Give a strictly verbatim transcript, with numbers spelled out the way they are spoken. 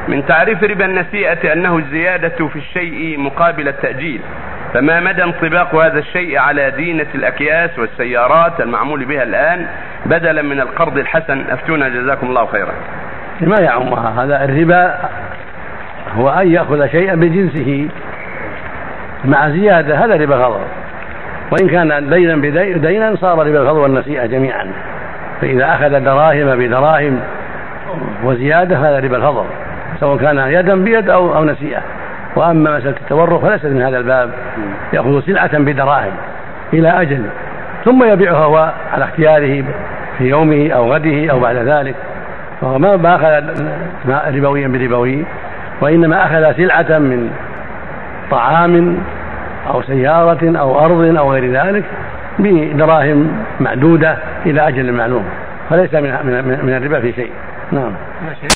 من تعريف ربا النسيئة أنه الزيادة في الشيء مقابل التأجيل، فما مدى انطباق هذا الشيء على دينة الأكياس والسيارات المعمول بها الآن بدلا من القرض الحسن؟ أفتونا جزاكم الله خيرا. ما يعمها هذا الربا هو أن يأخذ شيئا بجنسه مع زيادة، هذا ربا الفضل، وإن كان دينا بدينا صار ربا الفضل والنسيئة جميعا. فإذا أخذ دراهم بدراهم وزيادة هذا ربا الفضل، سواء كان يدا بيد أو, أو نسيئة. وأما مسألة التورق فليست من هذا الباب، يأخذ سلعة بدراهم إلى أجل ثم يبيعها هو على اختياره في يومه أو غده أو بعد ذلك، فهو ما أخذ ربويا بربوي، وإنما أخذ سلعة من طعام أو سيارة أو أرض أو غير ذلك بدراهم معدودة إلى أجل معلوم، فليس من الربا في شيء. نعم.